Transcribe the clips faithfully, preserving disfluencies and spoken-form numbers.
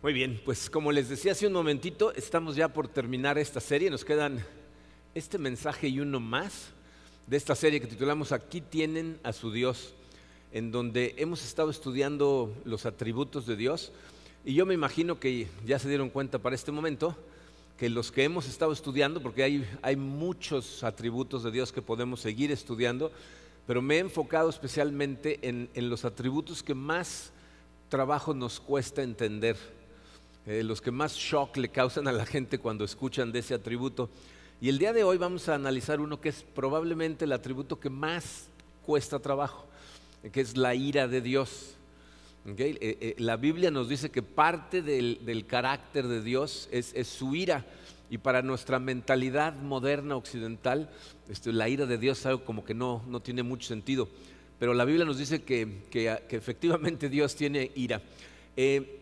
Muy bien, pues como les decía hace un momentito, estamos ya por terminar esta serie. Nos quedan este mensaje y uno más de esta serie que titulamos Aquí tienen a su Dios, en donde hemos estado estudiando los atributos de Dios. Y yo me imagino que ya se dieron cuenta para este momento que los que hemos estado estudiando, porque hay, hay muchos atributos de Dios que podemos seguir estudiando, pero me he enfocado especialmente en, en los atributos que más trabajo nos cuesta entender. Eh, los que más shock le causan a la gente cuando escuchan de ese atributo. Y el día de hoy vamos a analizar uno que es probablemente el atributo que más cuesta trabajo, que es la ira de Dios. ¿Okay? Eh, eh, la Biblia nos dice que parte del, del carácter de Dios es, es su ira, y para nuestra mentalidad moderna occidental, este, la ira de Dios es algo como que no, no tiene mucho sentido, pero la Biblia nos dice que, que, que efectivamente Dios tiene ira. Eh,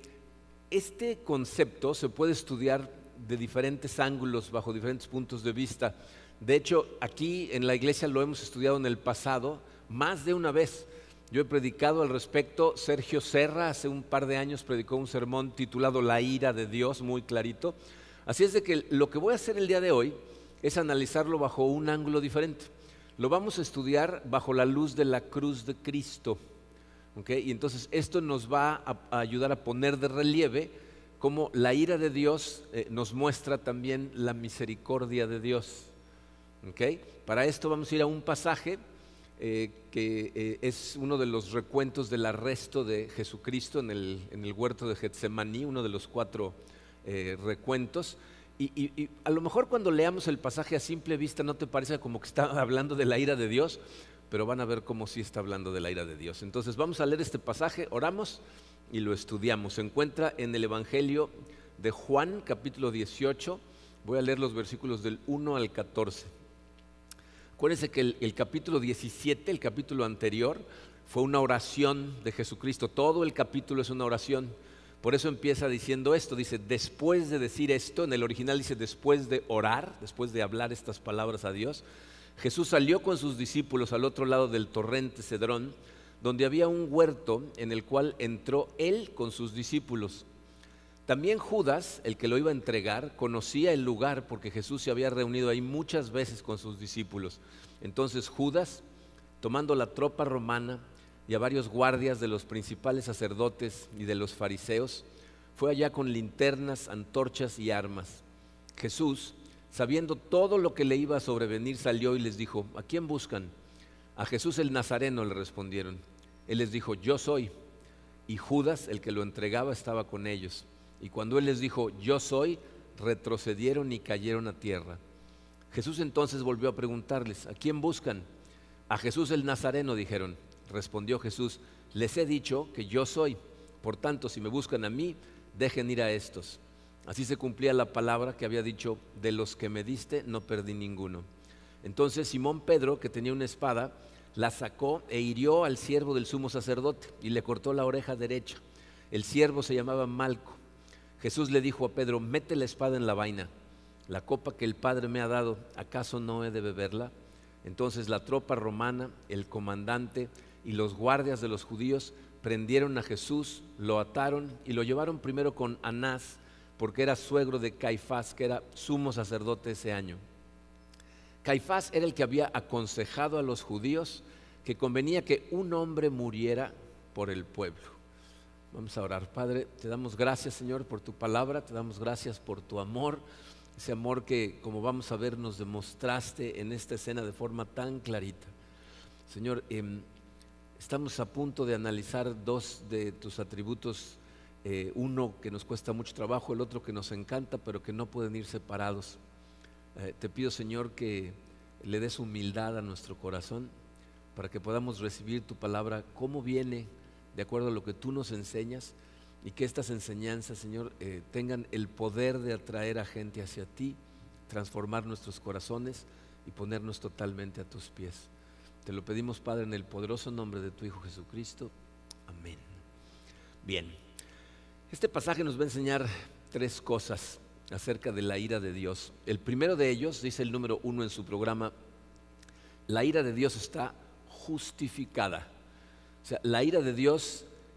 Este concepto se puede estudiar de diferentes ángulos, bajo diferentes puntos de vista. De hecho, aquí en la iglesia lo hemos estudiado en el pasado más de una vez. Yo he predicado al respecto. Sergio Serra hace un par de años predicó un sermón titulado La ira de Dios, muy clarito. Así es de que lo que voy a hacer el día de hoy es analizarlo bajo un ángulo diferente. Lo vamos a estudiar bajo la luz de la cruz de Cristo. Okay, y entonces esto nos va a, a ayudar a poner de relieve cómo la ira de Dios eh, nos muestra también la misericordia de Dios. Okay, para esto vamos a ir a un pasaje eh, que eh, es uno de los recuentos del arresto de Jesucristo en el, en el huerto de Getsemaní, uno de los cuatro eh, recuentos. Y, y, y a lo mejor cuando leamos el pasaje a simple vista no te parece como que está hablando de la ira de Dios, pero van a ver cómo sí está hablando de la ira de Dios. Entonces vamos a leer este pasaje, oramos y lo estudiamos. Se encuentra en el Evangelio de Juan, capítulo dieciocho. Voy a leer los versículos del uno al catorce. Acuérdense que el, el capítulo diecisiete, el capítulo anterior, fue una oración de Jesucristo. Todo el capítulo es una oración. Por eso empieza diciendo esto, dice, después de decir esto, en el original dice después de orar, después de hablar estas palabras a Dios, Jesús salió con sus discípulos al otro lado del torrente Cedrón, donde había un huerto en el cual entró él con sus discípulos. También Judas, el que lo iba a entregar, conocía el lugar porque Jesús se había reunido ahí muchas veces con sus discípulos. Entonces Judas, tomando la tropa romana y a varios guardias de los principales sacerdotes y de los fariseos, fue allá con linternas, antorchas y armas. Jesús, sabiendo todo lo que le iba a sobrevenir, salió y les dijo, ¿a quién buscan? A Jesús el Nazareno, le respondieron. Él les dijo, yo soy. Y Judas, el que lo entregaba, estaba con ellos. Y cuando él les dijo, yo soy, retrocedieron y cayeron a tierra. Jesús entonces volvió a preguntarles, ¿a quién buscan? A Jesús el Nazareno, dijeron. Respondió Jesús, les he dicho que yo soy. Por tanto, si me buscan a mí, dejen ir a estos. Así se cumplía la palabra que había dicho, de los que me diste no perdí ninguno. Entonces Simón Pedro, que tenía una espada, la sacó e hirió al siervo del sumo sacerdote y le cortó la oreja derecha. El siervo se llamaba Malco. Jesús le dijo a Pedro, mete la espada en la vaina. La copa que el Padre me ha dado, ¿acaso no he de beberla? Entonces la tropa romana, el comandante y los guardias de los judíos prendieron a Jesús, lo ataron y lo llevaron primero con Anás, porque era suegro de Caifás, que era sumo sacerdote ese año. Caifás era el que había aconsejado a los judíos que convenía que un hombre muriera por el pueblo. Vamos a orar. Padre, te damos gracias, Señor, por tu palabra, te damos gracias por tu amor, ese amor que, como vamos a ver, nos demostraste en esta escena de forma tan clarita. Señor, eh, estamos a punto de analizar dos de tus atributos. Eh, uno que nos cuesta mucho trabajo, el otro que nos encanta, pero que no pueden ir separados. Eh, te pido, Señor, que le des humildad a nuestro corazón para que podamos recibir tu palabra como viene, de acuerdo a lo que tú nos enseñas, y que estas enseñanzas, Señor, eh, tengan el poder de atraer a gente hacia ti, transformar nuestros corazones y ponernos totalmente a tus pies. Te lo pedimos, Padre, en el poderoso nombre de tu Hijo Jesucristo. Amén. Bien. Este pasaje nos va a enseñar tres cosas acerca de la ira de Dios. El primero de ellos, dice el número uno en su programa, la ira de Dios está justificada. O sea, la ira de Dios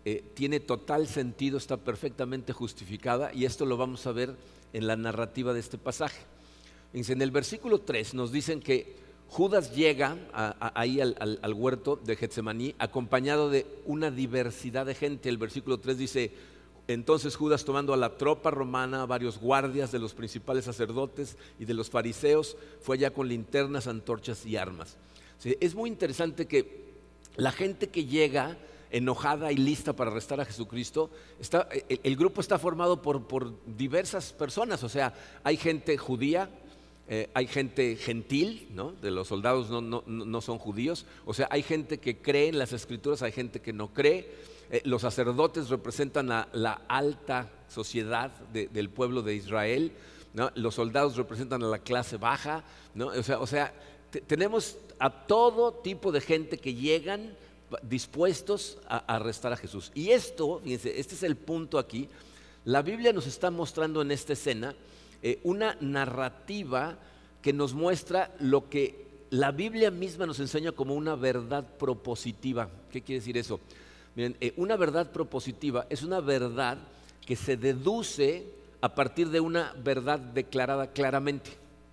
eh, tiene total sentido, está perfectamente justificada, y esto lo vamos a ver en la narrativa de este pasaje. En el versículo tres nos dicen que Judas llega a, a, ahí al, al, al huerto de Getsemaní acompañado de una diversidad de gente. El versículo tres dice: entonces Judas, tomando a la tropa romana, a varios guardias de los principales sacerdotes y de los fariseos, fue allá con linternas, antorchas y armas. Sí, es muy interesante que la gente que llega enojada y lista para arrestar a Jesucristo, está, el, el grupo está formado por, por diversas personas. O sea, hay gente judía, eh, hay gente gentil, ¿no? De los soldados no, no, no son judíos. O sea, hay gente que cree en las Escrituras, hay gente que no cree. Eh, los sacerdotes representan a la alta sociedad de, del pueblo de Israel, ¿no? Los soldados representan a la clase baja, ¿no? O sea, o sea te, tenemos a todo tipo de gente que llegan dispuestos a, a arrestar a Jesús. Y esto, fíjense, este es el punto aquí. La Biblia nos está mostrando en esta escena eh, una narrativa que nos muestra lo que la Biblia misma nos enseña como una verdad propositiva. ¿Qué quiere decir eso? Miren, eh, una verdad propositiva es una verdad que se deduce a partir de una verdad declarada claramente.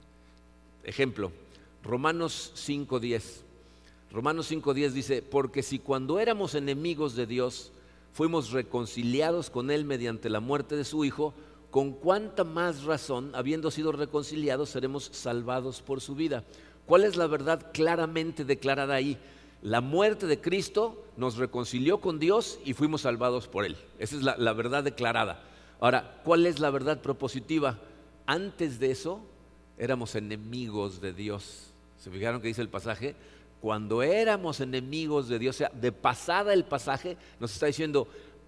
Ejemplo, Romanos cinco diez. Romanos cinco diez dice: porque si cuando éramos enemigos de Dios fuimos reconciliados con Él mediante la muerte de su Hijo, con cuánta más razón, habiendo sido reconciliados, seremos salvados por su vida. ¿Cuál es la verdad claramente declarada ahí? La muerte de Cristo nos reconcilió con Dios y fuimos salvados por Él. Esa es la, la verdad declarada. Ahora, ¿cuál es la verdad propositiva? Antes de eso éramos enemigos de Dios. ¿Se fijaron que dice el pasaje? Cuando éramos enemigos de Dios, o sea, de pasada el pasaje nos está diciendo: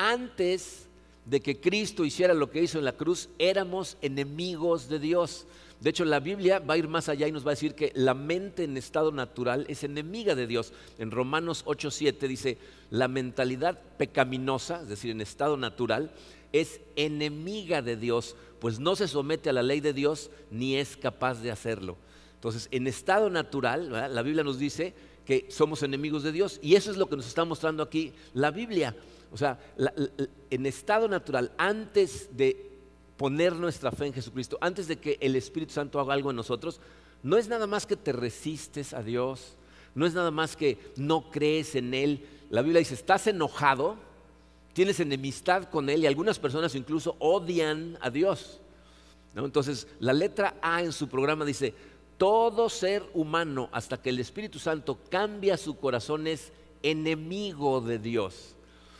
antes de que Cristo hiciera lo que hizo en la cruz, éramos enemigos de Dios. De hecho, la Biblia va a ir más allá y nos va a decir que la mente en estado natural es enemiga de Dios. En Romanos ocho siete dice: la mentalidad pecaminosa, es decir, en estado natural, es enemiga de Dios, pues no se somete a la ley de Dios ni es capaz de hacerlo. Entonces, en estado natural, ¿verdad?, la Biblia nos dice que somos enemigos de Dios, y eso es lo que nos está mostrando aquí la Biblia. O sea, la, la, en estado natural, antes de poner nuestra fe en Jesucristo, antes de que el Espíritu Santo haga algo en nosotros, no es nada más que te resistes a Dios, no es nada más que no crees en Él. La Biblia dice: estás enojado, tienes enemistad con Él, y algunas personas incluso odian a Dios, ¿no? Entonces, la letra A en su programa dice: todo ser humano, hasta que el Espíritu Santo cambia su corazón, es enemigo de Dios.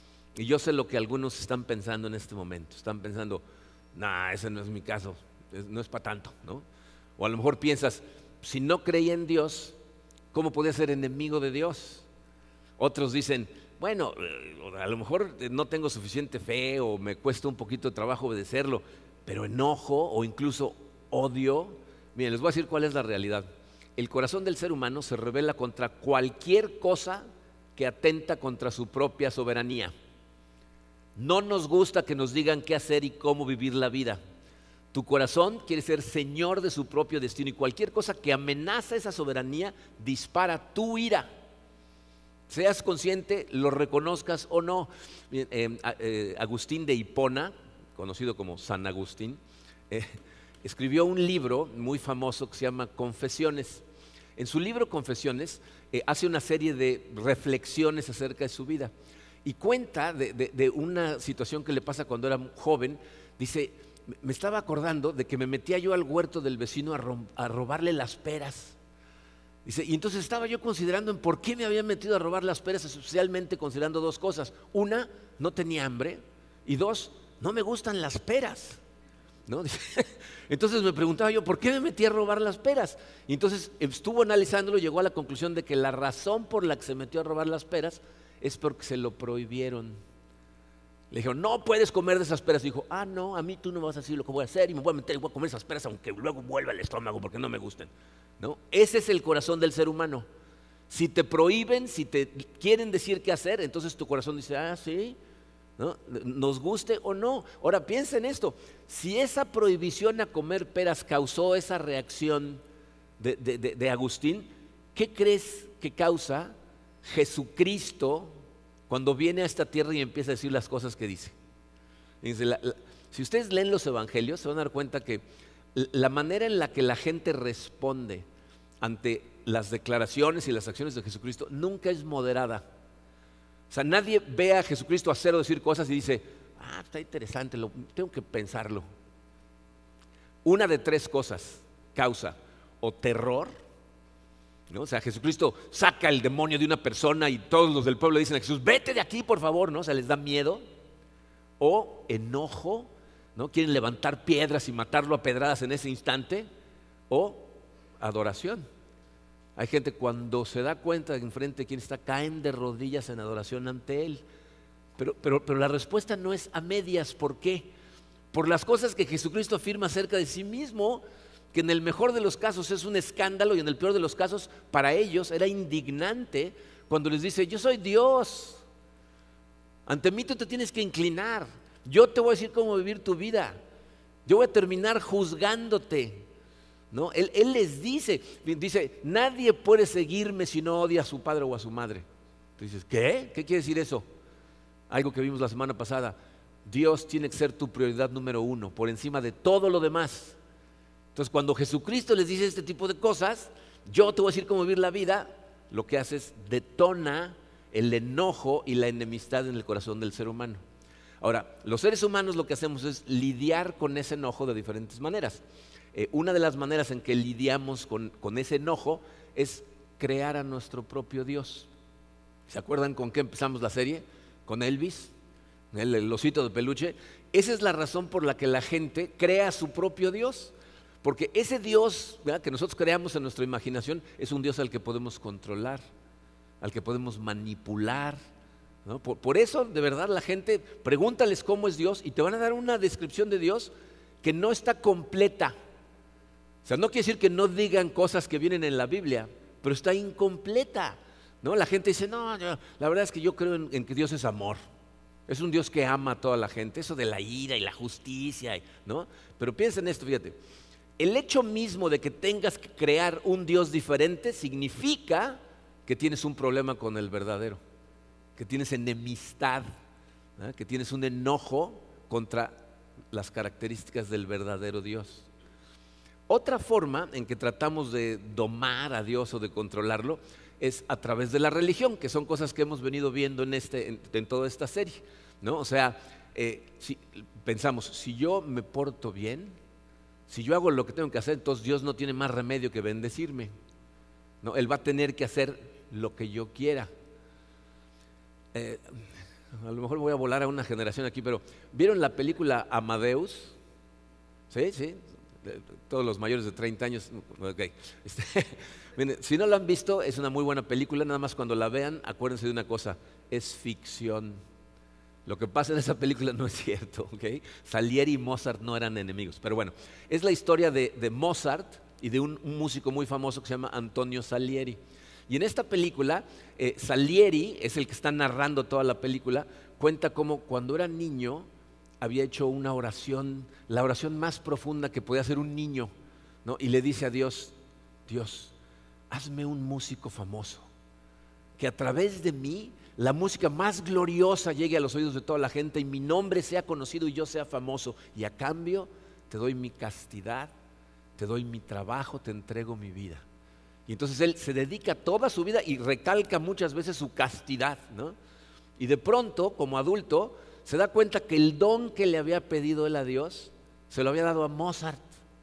Y yo sé lo que algunos están pensando en este momento. Están pensando: nah, ese no es mi caso, no es para tanto, ¿no? O a lo mejor piensas: si no creía en Dios, ¿cómo podía ser enemigo de Dios? Otros dicen: bueno, a lo mejor no tengo suficiente fe o me cuesta un poquito de trabajo obedecerlo, pero enojo o incluso odio. Miren, les voy a decir cuál es la realidad. El corazón del ser humano se rebela contra cualquier cosa que atenta contra su propia soberanía. No nos gusta que nos digan qué hacer y cómo vivir la vida. Tu corazón quiere ser señor de su propio destino, y cualquier cosa que amenaza esa soberanía dispara tu ira. Seas consciente, lo reconozcas o no. Eh, eh, Agustín de Hipona, conocido como San Agustín, eh, escribió un libro muy famoso que se llama Confesiones. En su libro Confesiones eh, hace una serie de reflexiones acerca de su vida y cuenta de, de, de una situación que le pasa cuando era joven. Dice: me estaba acordando de que me metía yo al huerto del vecino a, rom, a robarle las peras. Dice, y entonces estaba yo considerando en por qué me había metido a robar las peras, especialmente considerando dos cosas. Una, no tenía hambre, y dos, no me gustan las peras, ¿no? Entonces me preguntaba yo, ¿por qué me metí a robar las peras? Y entonces estuvo analizándolo y llegó a la conclusión de que la razón por la que se metió a robar las peras es porque se lo prohibieron. Le dijeron: no puedes comer de esas peras. Y dijo: ah, no, a mí tú no me vas a decir lo que voy a hacer, y me voy a meter y voy a comer esas peras aunque luego vuelva al estómago porque no me gusten, ¿no? Ese es el corazón del ser humano. Si te prohíben, si te quieren decir qué hacer, entonces tu corazón dice: ah, sí, ¿no? Nos guste o no. Ahora piensa en esto: si esa prohibición a comer peras causó esa reacción de, de, de, de Agustín, ¿qué crees que causa Jesucristo cuando viene a esta tierra y empieza a decir las cosas que dice. Dice la, la, si ustedes leen los evangelios, se van a dar cuenta que la manera en la que la gente responde ante las declaraciones y las acciones de Jesucristo nunca es moderada. O sea, nadie ve a Jesucristo hacer o decir cosas y dice, ah, está interesante, lo, tengo que pensarlo. Una de tres cosas causa o terror, ¿no? O sea, Jesucristo saca el demonio de una persona y todos los del pueblo dicen a Jesús, vete de aquí por favor, ¿no? O sea, les da miedo. O enojo, ¿no? Quieren levantar piedras y matarlo a pedradas en ese instante. O adoración. Hay gente cuando se da cuenta de enfrente de quién está, caen de rodillas en adoración ante Él. Pero, pero, pero la respuesta no es a medias. ¿Por qué? Por las cosas que Jesucristo afirma acerca de sí mismo, que en el mejor de los casos es un escándalo y en el peor de los casos para ellos era indignante cuando les dice, yo soy Dios, ante mí tú te tienes que inclinar, yo te voy a decir cómo vivir tu vida, yo voy a terminar juzgándote. ¿No? Él, él les dice, dice, nadie puede seguirme si no odia a su padre o a su madre. Tú dices, ¿qué? ¿Qué quiere decir eso? Algo que vimos la semana pasada. Dios tiene que ser tu prioridad número uno, por encima de todo lo demás. Entonces, cuando Jesucristo les dice este tipo de cosas, yo te voy a decir cómo vivir la vida, lo que hace es detona el enojo y la enemistad en el corazón del ser humano. Ahora, los seres humanos lo que hacemos es lidiar con ese enojo de diferentes maneras. Eh, una de las maneras en que lidiamos con, con ese enojo es crear a nuestro propio Dios. ¿Se acuerdan con qué empezamos la serie? Con Elvis, el, el osito de peluche. Esa es la razón por la que la gente crea a su propio Dios. Porque ese Dios, ¿verdad?, que nosotros creamos en nuestra imaginación es un Dios al que podemos controlar, al que podemos manipular, ¿no? Por, por eso, de verdad, la gente, pregúntales cómo es Dios y te van a dar una descripción de Dios que no está completa. O sea, no quiere decir que no digan cosas que vienen en la Biblia, pero está incompleta, ¿no? La gente dice, no, yo, la verdad es que yo creo en, en que Dios es amor. Es un Dios que ama a toda la gente, eso de la ira y la justicia, ¿no? Pero piensa en esto, fíjate. El hecho mismo de que tengas que crear un Dios diferente significa que tienes un problema con el verdadero, que tienes enemistad, ¿no? Que tienes un enojo contra las características del verdadero Dios. Otra forma en que tratamos de domar a Dios o de controlarlo es a través de la religión, que son cosas que hemos venido viendo en, este, en, en toda esta serie, ¿no? O sea, eh, si, pensamos, si yo me porto bien, si yo hago lo que tengo que hacer, entonces Dios no tiene más remedio que bendecirme, ¿no? Él va a tener que hacer lo que yo quiera. Eh, a lo mejor voy a volar a una generación aquí, pero ¿vieron la película Amadeus? Sí, sí. Todos los mayores de treinta años, okay. este, miren, si no lo han visto, es una muy buena película, nada más cuando la vean, acuérdense de una cosa, es ficción. Lo que pasa en esa película no es cierto, ¿okay? Salieri y Mozart no eran enemigos, pero bueno, es la historia de, de Mozart y de un, un músico muy famoso que se llama Antonio Salieri. Y en esta película, eh, Salieri es el que está narrando toda la película, cuenta cómo cuando era niño había hecho una oración, la oración más profunda que podía hacer un niño, ¿no? Y le dice a Dios, Dios, hazme un músico famoso, que a través de mí la música más gloriosa llegue a los oídos de toda la gente y mi nombre sea conocido y yo sea famoso. Y a cambio te doy mi castidad, te doy mi trabajo, te entrego mi vida. Y entonces él se dedica toda su vida y recalca muchas veces su castidad, ¿no? Y de pronto, como adulto, se da cuenta que el don que le había pedido él a Dios se lo había dado a Mozart.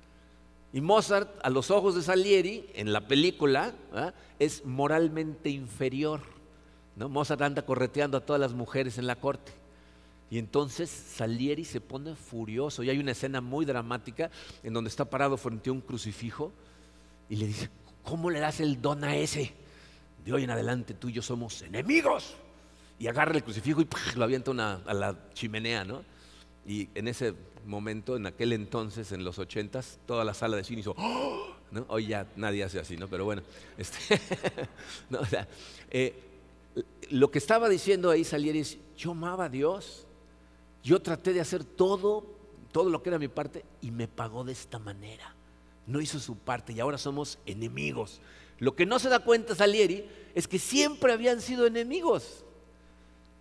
Y Mozart, a los ojos de Salieri, en la película, ¿eh?, es moralmente inferior, ¿no? Mozart anda correteando a todas las mujeres en la corte. Y entonces Salieri se pone furioso. Y hay una escena muy dramática en donde está parado frente a un crucifijo y le dice, ¿cómo le das el don a ese? De hoy en adelante tú y yo somos enemigos. Y agarra el crucifijo y ¡puf!, lo avienta una, a la chimenea, ¿no? Y en ese momento, en aquel entonces, en los ochentas, toda la sala de cine hizo ¡oh!, ¿no? Hoy ya nadie hace así, ¿no? Pero bueno, este, no, o sea, eh, lo que estaba diciendo ahí Salieri es, yo amaba a Dios, yo traté de hacer todo, todo lo que era mi parte y me pagó de esta manera. No hizo su parte y ahora somos enemigos. Lo que no se da cuenta Salieri es que siempre habían sido enemigos.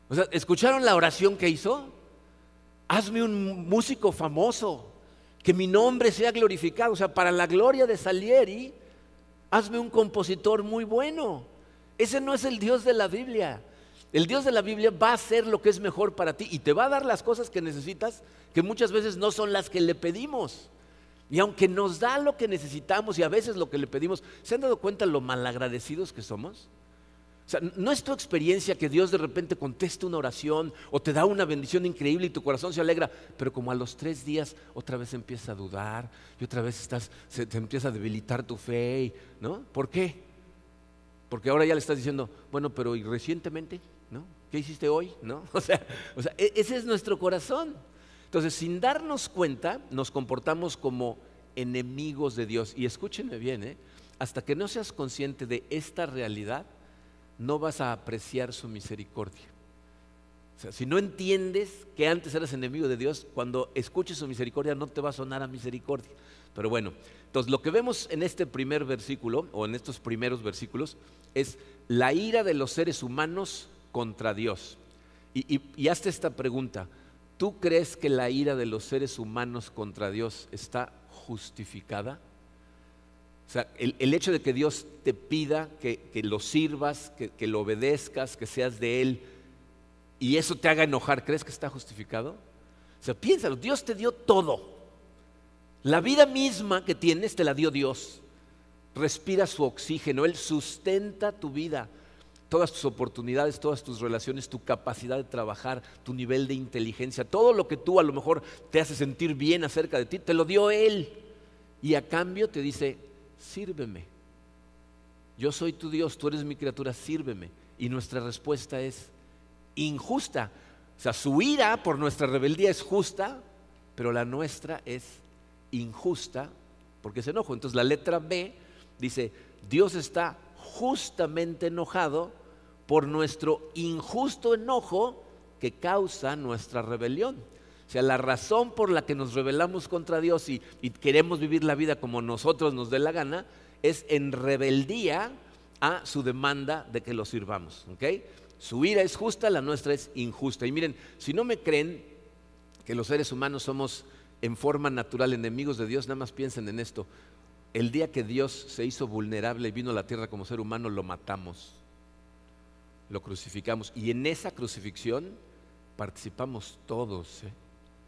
O sea, ¿escucharon la oración que hizo? Hazme un músico famoso, que mi nombre sea glorificado. O sea, para la gloria de Salieri, hazme un compositor muy bueno. Ese no es el Dios de la Biblia. El Dios de la Biblia va a hacer lo que es mejor para ti y te va a dar las cosas que necesitas, que muchas veces no son las que le pedimos. Y aunque nos da lo que necesitamos y a veces lo que le pedimos, ¿se han dado cuenta lo malagradecidos que somos? O sea, no es tu experiencia que Dios de repente conteste una oración o te da una bendición increíble y tu corazón se alegra, pero como a los tres días otra vez empieza a dudar y otra vez estás, se te empieza a debilitar tu fe, ¿no? ¿Por qué? Porque ahora ya le estás diciendo, bueno, pero ¿y recientemente? ¿No? ¿Qué hiciste hoy? ¿No? O sea, o sea, ese es nuestro corazón. Entonces, sin darnos cuenta, nos comportamos como enemigos de Dios. Y escúchenme bien, ¿eh? Hasta que no seas consciente de esta realidad, no vas a apreciar su misericordia. O sea, si no entiendes que antes eras enemigo de Dios, cuando escuches su misericordia no te va a sonar a misericordia. Pero bueno, entonces lo que vemos en este primer versículo, o en estos primeros versículos, es la ira de los seres humanos contra Dios. Y, y, y hazte esta pregunta: ¿tú crees que la ira de los seres humanos contra Dios está justificada? O sea, el, el hecho de que Dios te pida que, que lo sirvas, que, que lo obedezcas, que seas de Él, y eso te haga enojar, ¿crees que está justificado? O sea, piénsalo, Dios te dio todo. La vida misma que tienes te la dio Dios. Respira su oxígeno, Él sustenta tu vida, todas tus oportunidades, todas tus relaciones, tu capacidad de trabajar, tu nivel de inteligencia, todo lo que tú a lo mejor te hace sentir bien acerca de ti, te lo dio Él. Y a cambio te dice: sírveme. Yo soy tu Dios, tú eres mi criatura, sírveme. Y nuestra respuesta es injusta. O sea, su ira por nuestra rebeldía es justa, pero la nuestra es injusta porque se enojó. Entonces la letra B dice: Dios está justamente enojado por nuestro injusto enojo que causa nuestra rebelión. O sea, la razón por la que nos rebelamos contra Dios y, y queremos vivir la vida como nosotros nos dé la gana es en rebeldía a su demanda de que lo sirvamos, ¿ok? Su ira es justa, la nuestra es injusta. Y miren, si no me creen que los seres humanos somos en forma natural enemigos de Dios, nada más piensen en esto: el día que Dios se hizo vulnerable y vino a la tierra como ser humano, lo matamos, lo crucificamos, y en esa crucifixión participamos todos, ¿eh?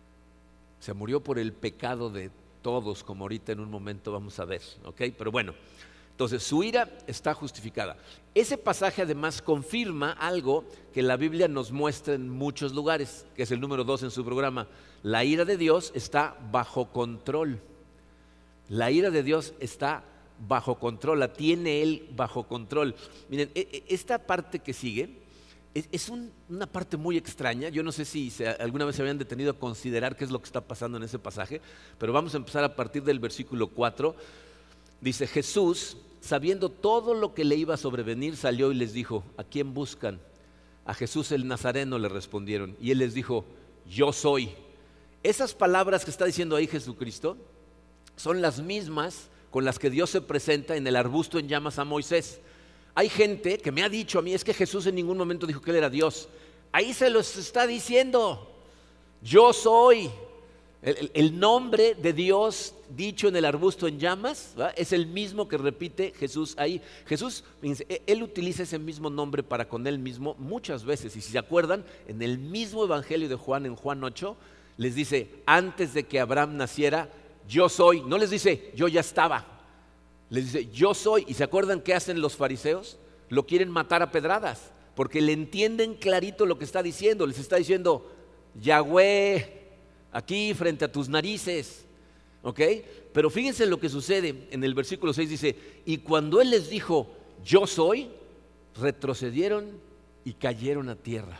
Se murió por el pecado de todos, como ahorita en un momento vamos a ver, ¿ok? Pero bueno, entonces su ira está justificada. Ese pasaje además confirma algo que la Biblia nos muestra en muchos lugares, que es el número dos en su programa: la ira de Dios está bajo control. La ira de Dios está bajo control, la tiene Él bajo control. Miren, esta parte que sigue es, es un, una parte muy extraña. Yo no sé si se, alguna vez se habían detenido a considerar qué es lo que está pasando en ese pasaje, pero vamos a empezar a partir del versículo cuatro. Dice: Jesús, sabiendo todo lo que le iba a sobrevenir, salió y les dijo: ¿a quién buscan? A Jesús el Nazareno, le respondieron. Y él les dijo: yo soy. Esas palabras que está diciendo ahí Jesucristo son las mismas con las que Dios se presenta en el arbusto en llamas a Moisés. Hay gente que me ha dicho a mí: es que Jesús en ningún momento dijo que Él era Dios. Ahí se los está diciendo: yo soy. El, el nombre de Dios dicho en el arbusto en llamas, ¿verdad?, es el mismo que repite Jesús ahí. Jesús, fíjense, Él utiliza ese mismo nombre para con Él mismo muchas veces. Y si se acuerdan, en el mismo evangelio de Juan, en Juan ocho, les dice: antes de que Abraham naciera, yo soy. No les dice yo ya estaba, les dice yo soy. ¿Y se acuerdan qué hacen los fariseos? Lo quieren matar a pedradas porque le entienden clarito lo que está diciendo. Les está diciendo: Yahweh, aquí frente a tus narices, ¿ok? Pero fíjense lo que sucede en el versículo seis. Dice: y cuando Él les dijo yo soy, retrocedieron y cayeron a tierra.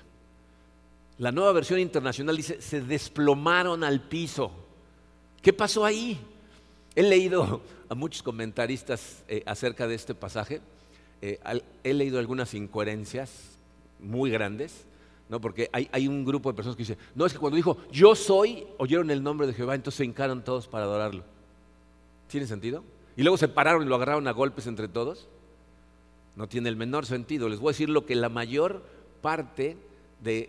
La Nueva Versión Internacional dice: se desplomaron al piso. ¿Qué pasó ahí? He leído a muchos comentaristas eh, acerca de este pasaje. Eh, al, he leído algunas incoherencias muy grandes, ¿no? Porque hay, hay un grupo de personas que dicen: no, es que cuando dijo yo soy, oyeron el nombre de Jehová, entonces se hincaron todos para adorarlo. ¿Tiene sentido? Y luego se pararon y lo agarraron a golpes entre todos. No tiene el menor sentido. Les voy a decir lo que la mayor parte de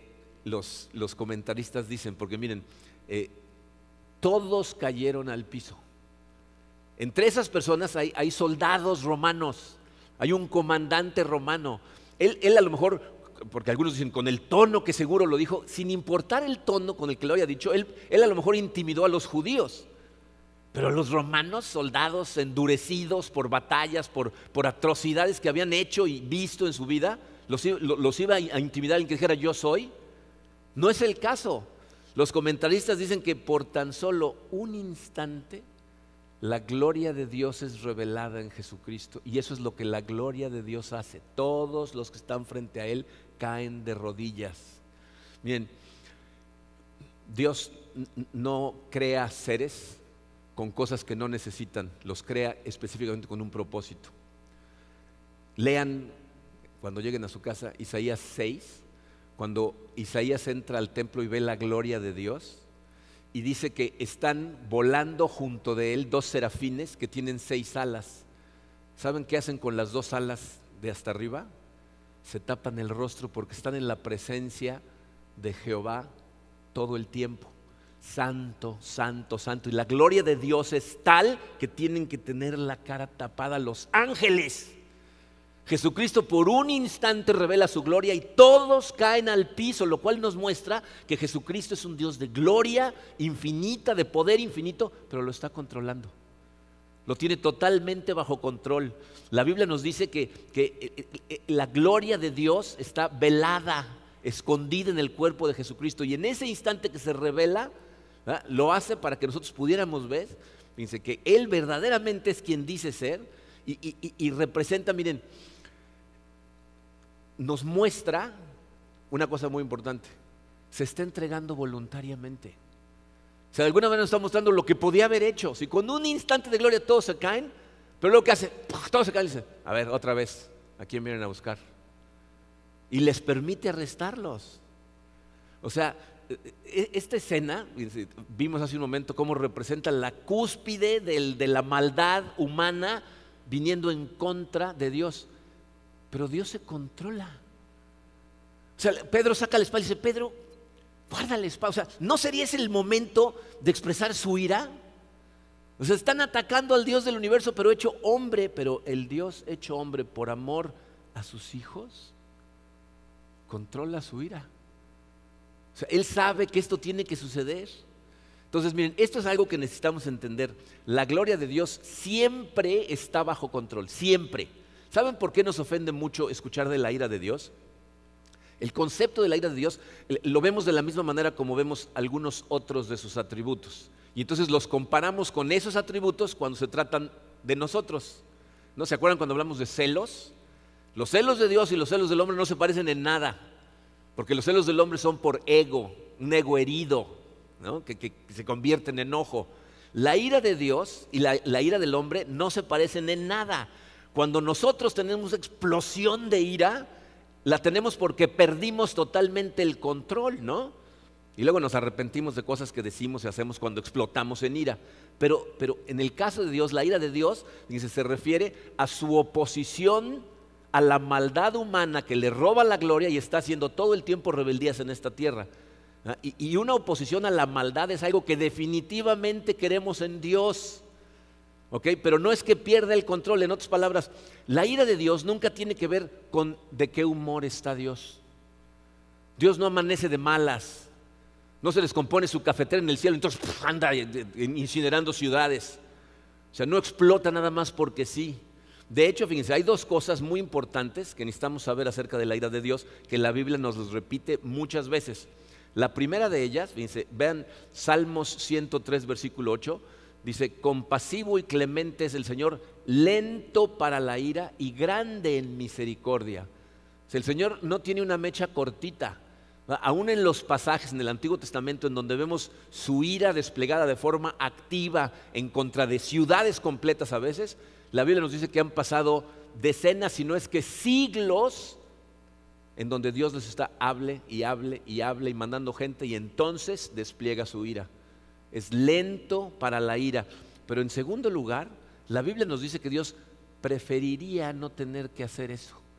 los, los comentaristas dicen, porque miren, eh, todos cayeron al piso. Entre esas personas hay, hay soldados romanos, hay un comandante romano. Él, él a lo mejor, porque algunos dicen con el tono que seguro lo dijo, sin importar el tono con el que lo haya dicho, él, él a lo mejor intimidó a los judíos. Pero los romanos, soldados endurecidos por batallas, por, por atrocidades que habían hecho y visto en su vida, los, los iba a intimidar en que dijera yo soy. No es el caso. Los comentaristas dicen que por tan solo un instante la gloria de Dios es revelada en Jesucristo, y eso es lo que la gloria de Dios hace. Todos los que están frente a Él caen de rodillas. Miren, Dios no crea seres con cosas que no necesitan, los crea específicamente con un propósito. Lean cuando lleguen a su casa Isaías seis, cuando Isaías entra al templo y ve la gloria de Dios, y dice que están volando junto de él dos serafines que tienen seis alas. ¿Saben qué hacen con las dos alas de hasta arriba? Se tapan el rostro porque están en la presencia de Jehová todo el tiempo. Santo, santo, santo. Y la gloria de Dios es tal que tienen que tener la cara tapada los ángeles. Jesucristo por un instante revela su gloria y todos caen al piso, lo cual nos muestra que Jesucristo es un Dios de gloria infinita, de poder infinito, pero lo está controlando. Lo tiene totalmente bajo control. La Biblia nos dice que, que la gloria de Dios está velada, escondida en el cuerpo de Jesucristo, y en ese instante que se revela, ¿verdad?, lo hace para que nosotros pudiéramos ver, fíjense, que Él verdaderamente es quien dice ser y, y, y representa, miren, nos muestra una cosa muy importante: se está entregando voluntariamente. O sea, de alguna manera nos está mostrando lo que podía haber hecho. Si con un instante de gloria todos se caen, pero luego que hace, todos se caen y dice, a ver, otra vez, ¿a quién vienen a buscar? Y les permite arrestarlos. O sea, esta escena, vimos hace un momento cómo representa la cúspide del, de la maldad humana viniendo en contra de Dios. Pero Dios se controla. O sea, Pedro saca la espada y dice, Pedro, guarda la espada. O sea, ¿no sería ese el momento de expresar su ira? O sea, están atacando al Dios del universo, pero hecho hombre. Pero el Dios hecho hombre por amor a sus hijos controla su ira. O sea, Él sabe que esto tiene que suceder. Entonces, miren, esto es algo que necesitamos entender. La gloria de Dios siempre está bajo control, siempre. ¿Saben por qué nos ofende mucho escuchar de la ira de Dios? El concepto de la ira de Dios lo vemos de la misma manera como vemos algunos otros de sus atributos. Y entonces los comparamos con esos atributos cuando se tratan de nosotros. ¿No se acuerdan cuando hablamos de celos? Los celos de Dios y los celos del hombre no se parecen en nada, porque los celos del hombre son por ego, un ego herido, ¿no? que, que, que se convierte en enojo. La ira de Dios y la, la ira del hombre no se parecen en nada. Cuando nosotros tenemos explosión de ira, la tenemos porque perdimos totalmente el control, ¿no? Y luego nos arrepentimos de cosas que decimos y hacemos cuando explotamos en ira. Pero, pero en el caso de Dios, la ira de Dios, dice, se refiere a su oposición a la maldad humana que le roba la gloria y está haciendo todo el tiempo rebeldías en esta tierra. Y, y una oposición a la maldad es algo que definitivamente queremos en Dios. Okay, pero no es que pierda el control. En otras palabras, la ira de Dios nunca tiene que ver con de qué humor está Dios. Dios no amanece de malas, no se descompone su cafetera en el cielo, entonces pff, anda incinerando ciudades. O sea, no explota nada más porque sí. De hecho, fíjense, hay dos cosas muy importantes que necesitamos saber acerca de la ira de Dios, que la Biblia nos los repite muchas veces. La primera de ellas, fíjense, vean Salmos ciento tres, versículo ocho. Dice, compasivo y clemente es el Señor, lento para la ira y grande en misericordia. O sea, el Señor no tiene una mecha cortita. Aún en los pasajes en el Antiguo Testamento en donde vemos su ira desplegada de forma activa en contra de ciudades completas a veces, la Biblia nos dice que han pasado decenas, si no es que siglos, en donde Dios les está hable y hable y hable y mandando gente, y entonces despliega su ira. Es lento para la ira. Pero en segundo lugar, la Biblia nos dice que Dios preferiría no tener que hacer eso.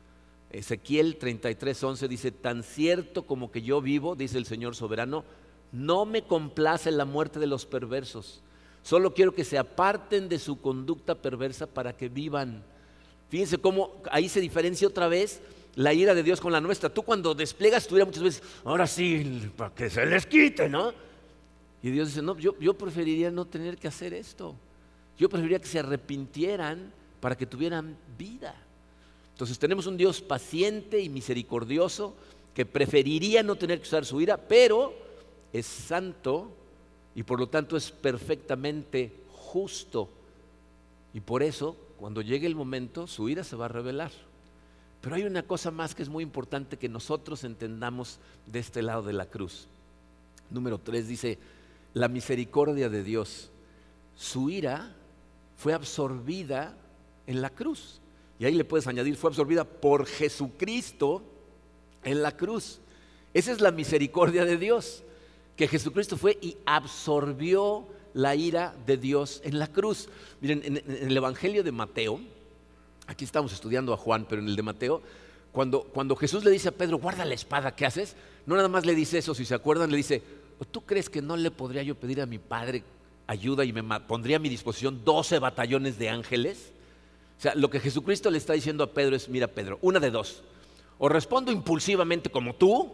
Ezequiel treinta y tres, once dice: tan cierto como que yo vivo, dice el Señor soberano, no me complace la muerte de los perversos. Solo quiero que se aparten de su conducta perversa para que vivan. Fíjense cómo ahí se diferencia otra vez la ira de Dios con la nuestra. Tú cuando despliegas tu ira muchas veces, ahora sí, para que se les quite, ¿no? Y Dios dice: no, yo, yo preferiría no tener que hacer esto. Yo preferiría que se arrepintieran para que tuvieran vida. Entonces tenemos un Dios paciente y misericordioso que preferiría no tener que usar su ira, pero es santo y por lo tanto es perfectamente justo. Y por eso, cuando llegue el momento, su ira se va a revelar. Pero hay una cosa más que es muy importante que nosotros entendamos de este lado de la cruz. Número tres dice: la misericordia de Dios. Su ira fue absorbida en la cruz. Y ahí le puedes añadir: fue absorbida por Jesucristo en la cruz. Esa es la misericordia de Dios, que Jesucristo fue y absorbió la ira de Dios en la cruz. Miren, en, en el Evangelio de Mateo, aquí estamos estudiando a Juan, pero en el de Mateo, cuando, cuando Jesús le dice a Pedro: guarda la espada, ¿qué haces? No nada más le dice eso, si se acuerdan, le dice: ¿tú crees que no le podría yo pedir a mi Padre ayuda y me pondría a mi disposición doce batallones de ángeles? O sea, lo que Jesucristo le está diciendo a Pedro es: mira, Pedro, una de dos, o respondo impulsivamente como tú,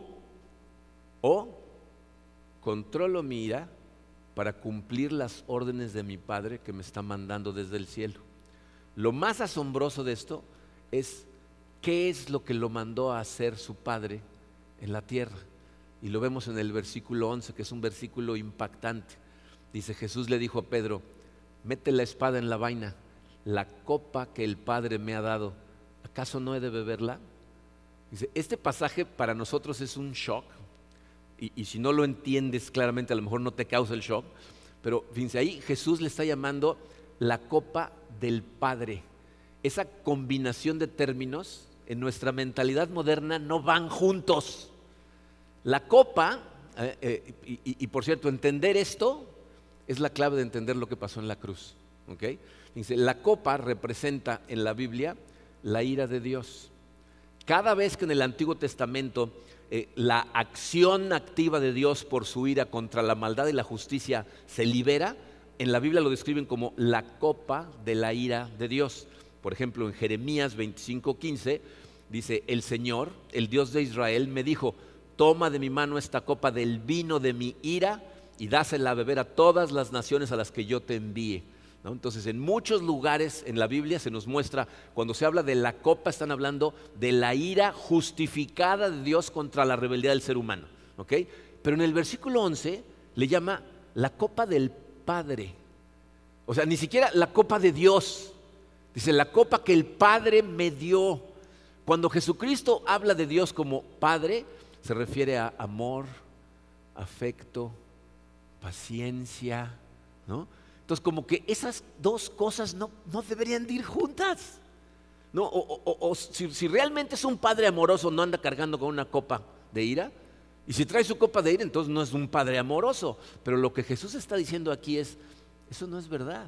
o controlo mi ira para cumplir las órdenes de mi Padre que me está mandando desde el cielo. Lo más asombroso de esto es qué es lo que lo mandó a hacer su Padre en la tierra. Y lo vemos en el versículo once, que es un versículo impactante. Dice: Jesús le dijo a Pedro: mete la espada en la vaina. La copa que el Padre me ha dado, ¿acaso no he de beberla? Dice, este pasaje para nosotros es un shock, y, y si no lo entiendes claramente a lo mejor no te causa el shock, pero fíjense, ahí Jesús le está llamando la copa del Padre. Esa combinación de términos en nuestra mentalidad moderna no van juntos. La copa, eh, eh, y, y, y por cierto, entender esto es la clave de entender lo que pasó en la cruz. ¿Okay? Dice, la copa representa en la Biblia la ira de Dios. Cada vez que en el Antiguo Testamento eh, la acción activa de Dios por su ira contra la maldad y la justicia se libera, en la Biblia lo describen como la copa de la ira de Dios. Por ejemplo, en Jeremías veinticinco quince dice: el Señor, el Dios de Israel, me dijo: toma de mi mano esta copa del vino de mi ira y dásela a beber a todas las naciones a las que yo te envíe. ¿No? Entonces, en muchos lugares en la Biblia se nos muestra, cuando se habla de la copa, están hablando de la ira justificada de Dios contra la rebeldía del ser humano. ¿Okay? Pero en el versículo once le llama la copa del Padre. O sea, ni siquiera la copa de Dios. Dice, la copa que el Padre me dio. Cuando Jesucristo habla de Dios como Padre, se refiere a amor, afecto, paciencia, ¿no? Entonces, como que esas dos cosas no, no deberían de ir juntas, ¿no? O, o, o si, si realmente es un padre amoroso, no anda cargando con una copa de ira. Y si trae su copa de ira, entonces no es un padre amoroso. Pero lo que Jesús está diciendo aquí es: eso no es verdad.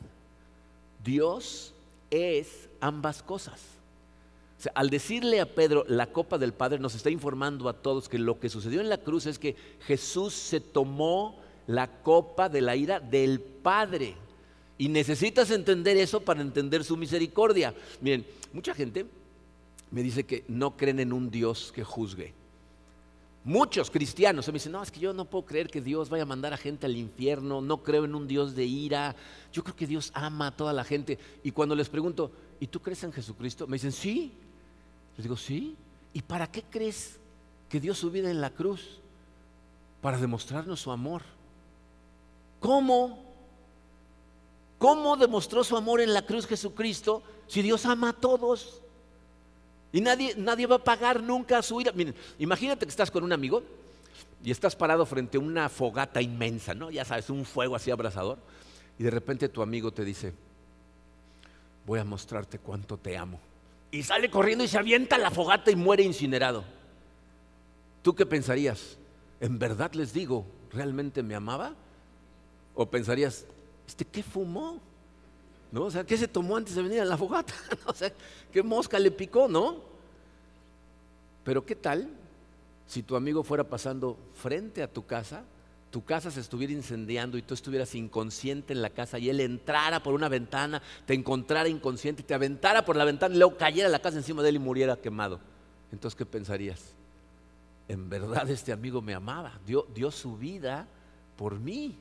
Dios es ambas cosas. O sea, al decirle a Pedro la copa del Padre, nos está informando a todos que lo que sucedió en la cruz es que Jesús se tomó la copa de la ira del Padre. Y necesitas entender eso para entender su misericordia. Miren, mucha gente me dice que no creen en un Dios que juzgue. Muchos cristianos me dicen: no, es que yo no puedo creer que Dios vaya a mandar a gente al infierno, no creo en un Dios de ira, yo creo que Dios ama a toda la gente. Y cuando les pregunto: ¿y tú crees en Jesucristo? Me dicen: sí. Les digo: sí. ¿Y para qué crees que dio su vida en la cruz? Para demostrarnos su amor. ¿Cómo? ¿Cómo demostró su amor en la cruz Jesucristo si Dios ama a todos? Y nadie, nadie va a pagar nunca su ira. Miren, imagínate que estás con un amigo y estás parado frente a una fogata inmensa, ¿no? Ya sabes, un fuego así abrasador. Y de repente tu amigo te dice: voy a mostrarte cuánto te amo. Y sale corriendo y se avienta a la fogata y muere incinerado. ¿Tú qué pensarías? ¿En verdad les digo, realmente me amaba? ¿O pensarías, ¿este qué fumó? ¿No? O sea, ¿qué se tomó antes de venir a la fogata? O sea, ¿qué mosca le picó? ¿No? Pero ¿qué tal si tu amigo fuera pasando frente a tu casa, tu casa se estuviera incendiando y tú estuvieras inconsciente en la casa y él entrara por una ventana, te encontrara inconsciente, te aventara por la ventana y luego cayera la casa encima de él y muriera quemado? Entonces, ¿qué pensarías? En verdad este amigo me amaba, dio, dio su vida por mí.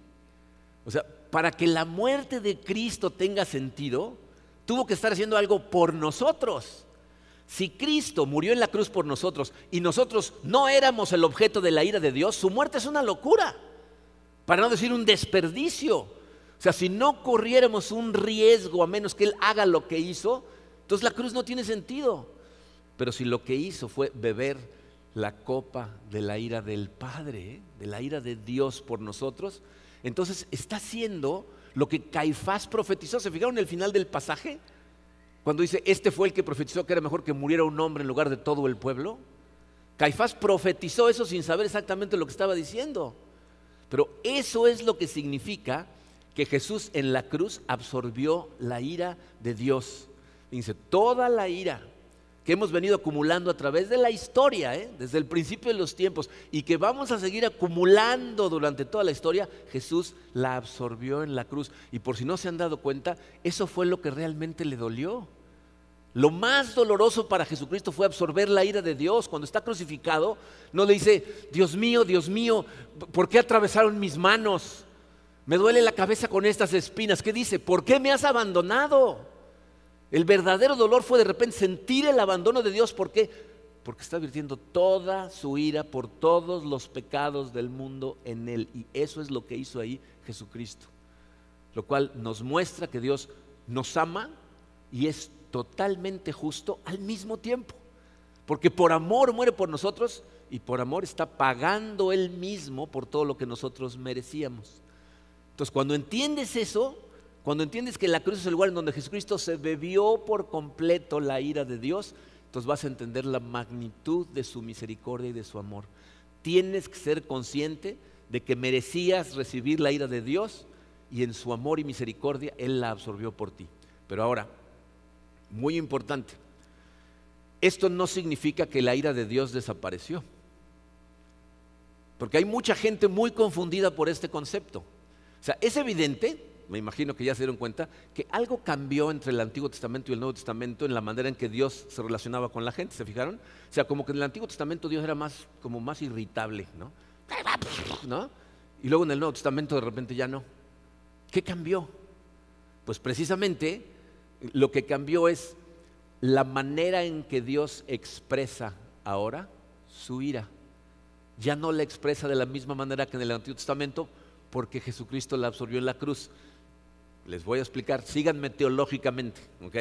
O sea, para que la muerte de Cristo tenga sentido, tuvo que estar haciendo algo por nosotros. Si Cristo murió en la cruz por nosotros y nosotros no éramos el objeto de la ira de Dios, su muerte es una locura, para no decir un desperdicio. O sea, si no corriéramos un riesgo a menos que Él haga lo que hizo, entonces la cruz no tiene sentido. Pero si lo que hizo fue beber la copa de la ira del Padre, de la ira de Dios por nosotros, entonces está haciendo lo que Caifás profetizó. ¿Se fijaron en el final del pasaje? Cuando dice, este fue el que profetizó que era mejor que muriera un hombre en lugar de todo el pueblo. Caifás profetizó eso sin saber exactamente lo que estaba diciendo. Pero eso es lo que significa que Jesús en la cruz absorbió la ira de Dios. Dice, toda la ira que hemos venido acumulando a través de la historia, ¿eh? desde el principio de los tiempos, y que vamos a seguir acumulando durante toda la historia, Jesús la absorbió en la cruz. Y por si no se han dado cuenta, eso fue lo que realmente le dolió. Lo más doloroso para Jesucristo fue absorber la ira de Dios. Cuando está crucificado, no le dice, Dios mío, Dios mío, ¿por qué atravesaron mis manos? Me duele la cabeza con estas espinas. ¿Qué dice? ¿Por qué me has abandonado? El verdadero dolor fue de repente sentir el abandono de Dios. ¿Por qué? Porque está vertiendo toda su ira por todos los pecados del mundo en Él. Y eso es lo que hizo ahí Jesucristo. Lo cual nos muestra que Dios nos ama y es totalmente justo al mismo tiempo. Porque por amor muere por nosotros y por amor está pagando Él mismo por todo lo que nosotros merecíamos. Entonces, cuando entiendes eso, cuando entiendes que la cruz es el lugar en donde Jesucristo se bebió por completo la ira de Dios, entonces vas a entender la magnitud de su misericordia y de su amor. Tienes que ser consciente de que merecías recibir la ira de Dios y en su amor y misericordia Él la absorbió por ti. Pero ahora, muy importante, esto no significa que la ira de Dios desapareció. Porque hay mucha gente muy confundida por este concepto. O sea, es evidente, me imagino que ya se dieron cuenta, que algo cambió entre el Antiguo Testamento y el Nuevo Testamento en la manera en que Dios se relacionaba con la gente. ¿Se fijaron? O sea, como que en el Antiguo Testamento Dios era más, como más irritable, ¿no? ¿no? Y luego en el Nuevo Testamento de repente ya no. ¿Qué cambió? Pues precisamente lo que cambió es la manera en que Dios expresa ahora su ira. Ya no la expresa de la misma manera que en el Antiguo Testamento, porque Jesucristo la absorbió en la cruz. Les voy a explicar, síganme teológicamente, ¿ok?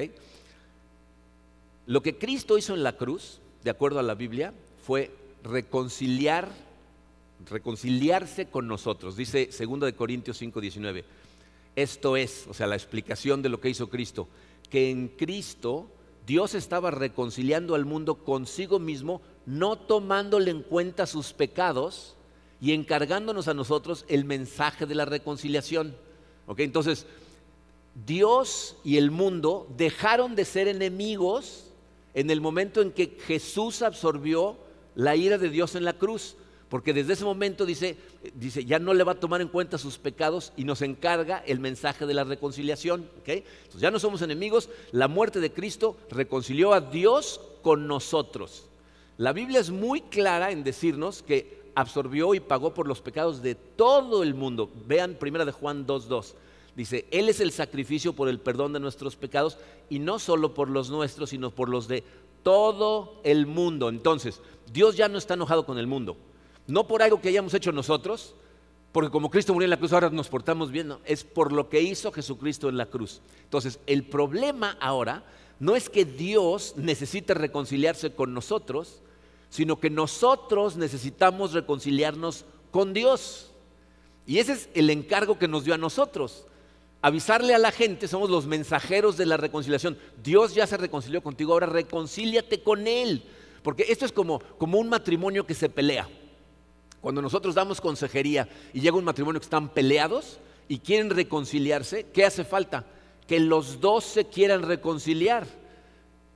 Lo que Cristo hizo en la cruz, de acuerdo a la Biblia, fue reconciliar, reconciliarse con nosotros. Dice segunda de Corintios cinco diecinueve. Esto es, o sea, la explicación de lo que hizo Cristo, que en Cristo Dios estaba reconciliando al mundo consigo mismo, no tomándole en cuenta sus pecados y encargándonos a nosotros el mensaje de la reconciliación. ¿Ok? Entonces, Dios y el mundo dejaron de ser enemigos en el momento en que Jesús absorbió la ira de Dios en la cruz. Porque desde ese momento dice, dice, ya no le va a tomar en cuenta sus pecados y nos encarga el mensaje de la reconciliación. ¿Okay? Entonces ya no somos enemigos, la muerte de Cristo reconcilió a Dios con nosotros. La Biblia es muy clara en decirnos que absorbió y pagó por los pecados de todo el mundo. Vean primera de Juan dos dos. Dice, Él es el sacrificio por el perdón de nuestros pecados y no solo por los nuestros, sino por los de todo el mundo. Entonces, Dios ya no está enojado con el mundo. No por algo que hayamos hecho nosotros, porque como Cristo murió en la cruz ahora nos portamos bien, no, es por lo que hizo Jesucristo en la cruz. Entonces, el problema ahora no es que Dios necesite reconciliarse con nosotros, sino que nosotros necesitamos reconciliarnos con Dios. Y ese es el encargo que nos dio a nosotros. Avisarle a la gente, somos los mensajeros de la reconciliación. Dios ya se reconcilió contigo, ahora reconcíliate con Él. Porque esto es como, como un matrimonio que se pelea. Cuando nosotros damos consejería y llega un matrimonio que están peleados y quieren reconciliarse, ¿qué hace falta? Que los dos se quieran reconciliar.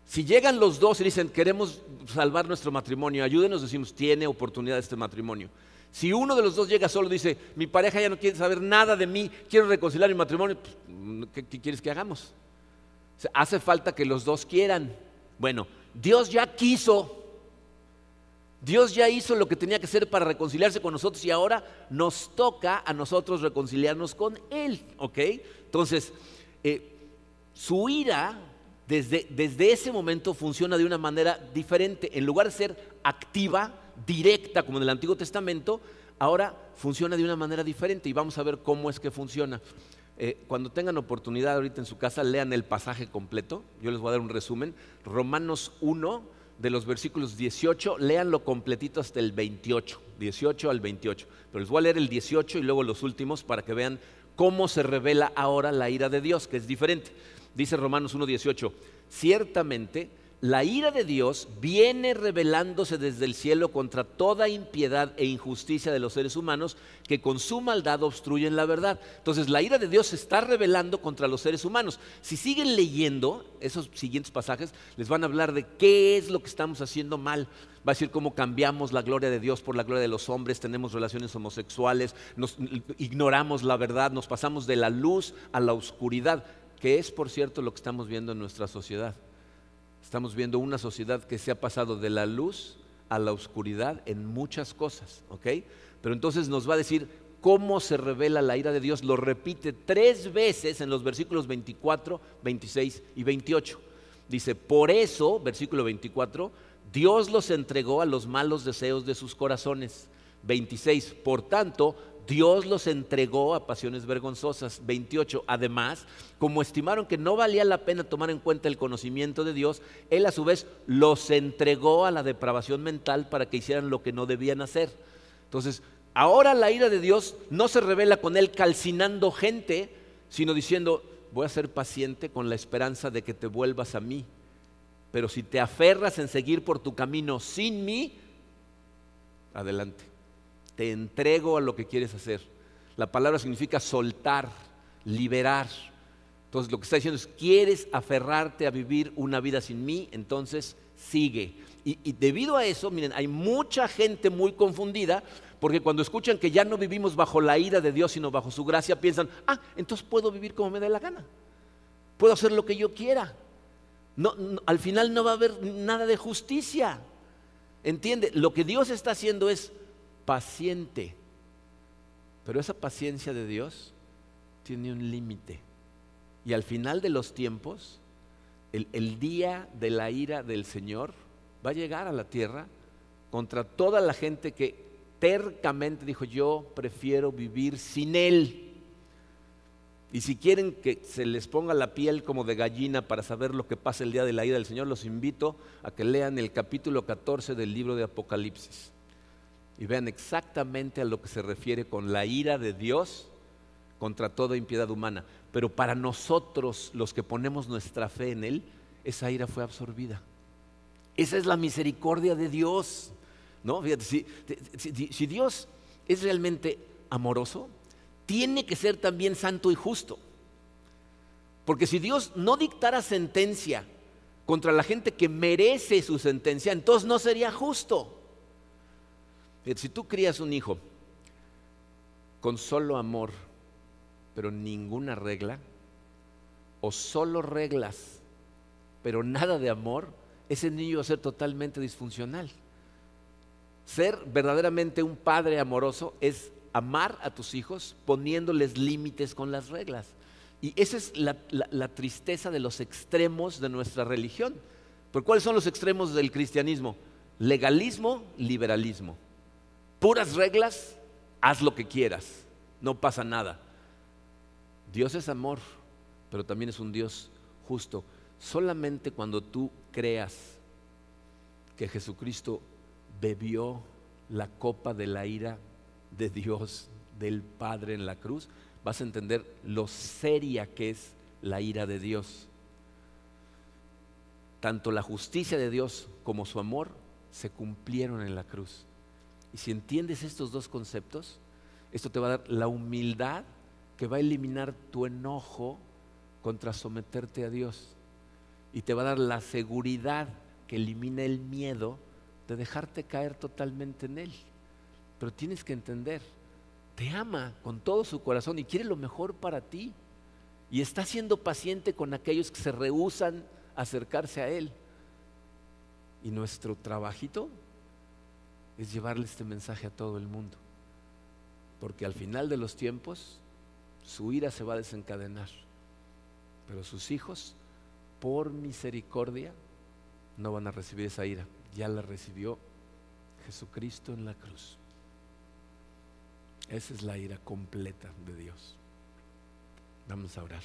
Si llegan los dos y dicen, queremos salvar nuestro matrimonio, ayúdenos, decimos, tiene oportunidad este matrimonio. Si uno de los dos llega solo y dice, mi pareja ya no quiere saber nada de mí, quiero reconciliar mi matrimonio, pues, ¿qué, qué quieres que hagamos? O sea, hace falta que los dos quieran. Bueno, Dios ya quiso, Dios ya hizo lo que tenía que hacer para reconciliarse con nosotros y ahora nos toca a nosotros reconciliarnos con Él, ¿ok? Entonces, eh, su ira desde, desde ese momento funciona de una manera diferente. En lugar de ser activa, directa, como en el Antiguo Testamento, ahora funciona de una manera diferente y vamos a ver cómo es que funciona. Eh, cuando tengan oportunidad ahorita en su casa, lean el pasaje completo. Yo les voy a dar un resumen. Romanos uno, de los versículos dieciocho, léanlo completito hasta el veintiocho, dieciocho al veintiocho. Pero les voy a leer el dieciocho y luego los últimos para que vean cómo se revela ahora la ira de Dios, que es diferente. Dice Romanos uno dieciocho, ciertamente la ira de Dios viene revelándose desde el cielo contra toda impiedad e injusticia de los seres humanos que con su maldad obstruyen la verdad. Entonces la ira de Dios se está revelando contra los seres humanos. Si siguen leyendo esos siguientes pasajes, les van a hablar de qué es lo que estamos haciendo mal. Va a decir cómo cambiamos la gloria de Dios por la gloria de los hombres, tenemos relaciones homosexuales, nos, ignoramos la verdad, nos pasamos de la luz a la oscuridad, que es, por cierto, lo que estamos viendo en nuestra sociedad. Estamos viendo una sociedad que se ha pasado de la luz a la oscuridad en muchas cosas, ¿ok? Pero entonces nos va a decir cómo se revela la ira de Dios. Lo repite tres veces en los versículos veinticuatro, veintiséis y veintiocho. Dice, por eso, versículo veinticuatro, Dios los entregó a los malos deseos de sus corazones. veintiséis, por tanto, Dios los entregó a pasiones vergonzosas. veintiocho, además, como estimaron que no valía la pena tomar en cuenta el conocimiento de Dios, Él a su vez los entregó a la depravación mental para que hicieran lo que no debían hacer. Entonces, ahora la ira de Dios no se revela con Él calcinando gente, sino diciendo, voy a ser paciente con la esperanza de que te vuelvas a mí. Pero si te aferras en seguir por tu camino sin mí, adelante. Te entrego a lo que quieres hacer. La palabra significa soltar, liberar. Entonces lo que está diciendo es, ¿quieres aferrarte a vivir una vida sin mí? Entonces sigue. Y, y debido a eso, miren, hay mucha gente muy confundida, porque cuando escuchan que ya no vivimos bajo la ira de Dios, sino bajo su gracia, piensan, ah, entonces puedo vivir como me dé la gana. Puedo hacer lo que yo quiera. No, no, al final no va a haber nada de justicia. ¿Entiende? Lo que Dios está haciendo es paciente, pero esa paciencia de Dios tiene un límite y al final de los tiempos el, el día de la ira del Señor va a llegar a la tierra contra toda la gente que tercamente dijo, yo prefiero vivir sin Él. Y si quieren que se les ponga la piel como de gallina para saber lo que pasa el día de la ira del Señor, los invito a que lean el capítulo catorce del libro de Apocalipsis y vean exactamente a lo que se refiere con la ira de Dios contra toda impiedad humana. Pero para nosotros, los que ponemos nuestra fe en Él, esa ira fue absorbida. Esa es la misericordia de Dios, ¿no? Fíjate, si, si, si Dios es realmente amoroso, tiene que ser también santo y justo. Porque si Dios no dictara sentencia contra la gente que merece su sentencia, entonces no sería justo. Si tú crías un hijo con solo amor, pero ninguna regla, o solo reglas, pero nada de amor, ese niño va a ser totalmente disfuncional. Ser verdaderamente un padre amoroso es amar a tus hijos poniéndoles límites con las reglas. Y esa es la, la, la tristeza de los extremos de nuestra religión. ¿Pero cuáles son los extremos del cristianismo? Legalismo, liberalismo. Puras reglas, haz lo que quieras, no pasa nada. Dios es amor, pero también es un Dios justo. Solamente cuando tú creas que Jesucristo bebió la copa de la ira de Dios, del Padre en la cruz, vas a entender lo seria que es la ira de Dios. Tanto la justicia de Dios como su amor se cumplieron en la cruz. Y si entiendes estos dos conceptos, esto te va a dar la humildad que va a eliminar tu enojo contra someterte a Dios. y te va a dar la seguridad que elimina el miedo de dejarte caer totalmente en Él. Pero tienes que entender, te ama con todo su corazón y quiere lo mejor para ti. Y está siendo paciente con aquellos que se rehúsan a acercarse a Él. Y nuestro trabajito es llevarle este mensaje a todo el mundo. Porque al final de los tiempos, su ira se va a desencadenar. Pero sus hijos, por misericordia, no van a recibir esa ira. Ya la recibió Jesucristo en la cruz. Esa es la ira completa de Dios. Vamos a orar.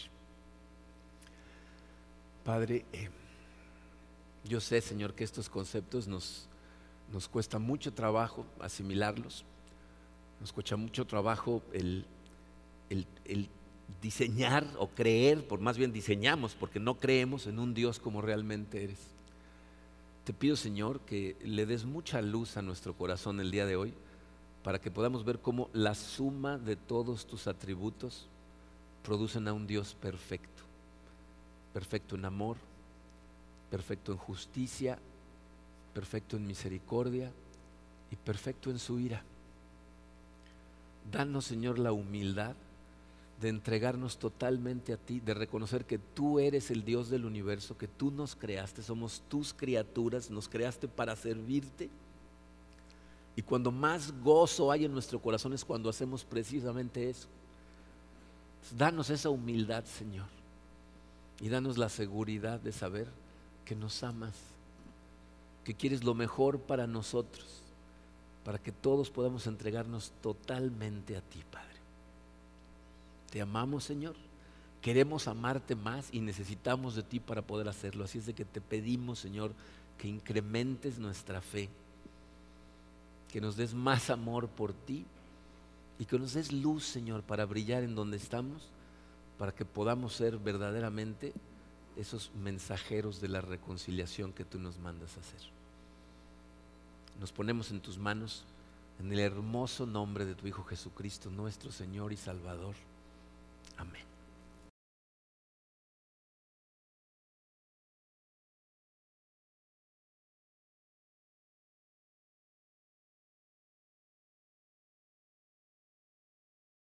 Padre, eh, yo sé, Señor, que estos conceptos nos, nos cuesta mucho trabajo asimilarlos. Nos cuesta mucho trabajo el, el, el diseñar o creer, por más bien diseñamos, porque no creemos en un Dios como realmente eres. Te pido, Señor, que le des mucha luz a nuestro corazón el día de hoy, para que podamos ver cómo la suma de todos tus atributos producen a un Dios perfecto, perfecto en amor, perfecto en justicia, perfecto en misericordia y perfecto en su ira. Danos, Señor, la humildad de entregarnos totalmente a ti, de reconocer que tú eres el Dios del universo, que tú nos creaste, somos tus criaturas, nos creaste para servirte. Y cuando más gozo hay en nuestro corazón es cuando hacemos precisamente eso. Danos esa humildad, Señor, y danos la seguridad de saber que nos amas, que quieres lo mejor para nosotros, para que todos podamos entregarnos totalmente a ti, Padre. Te amamos, Señor, queremos amarte más y necesitamos de ti para poder hacerlo. Así es de que te pedimos, Señor, que incrementes nuestra fe, que nos des más amor por ti y que nos des luz, Señor, para brillar en donde estamos, para que podamos ser verdaderamente esos mensajeros de la reconciliación que tú nos mandas a hacer. Nos ponemos en tus manos, en el hermoso nombre de tu Hijo Jesucristo, nuestro Señor y Salvador. Amén.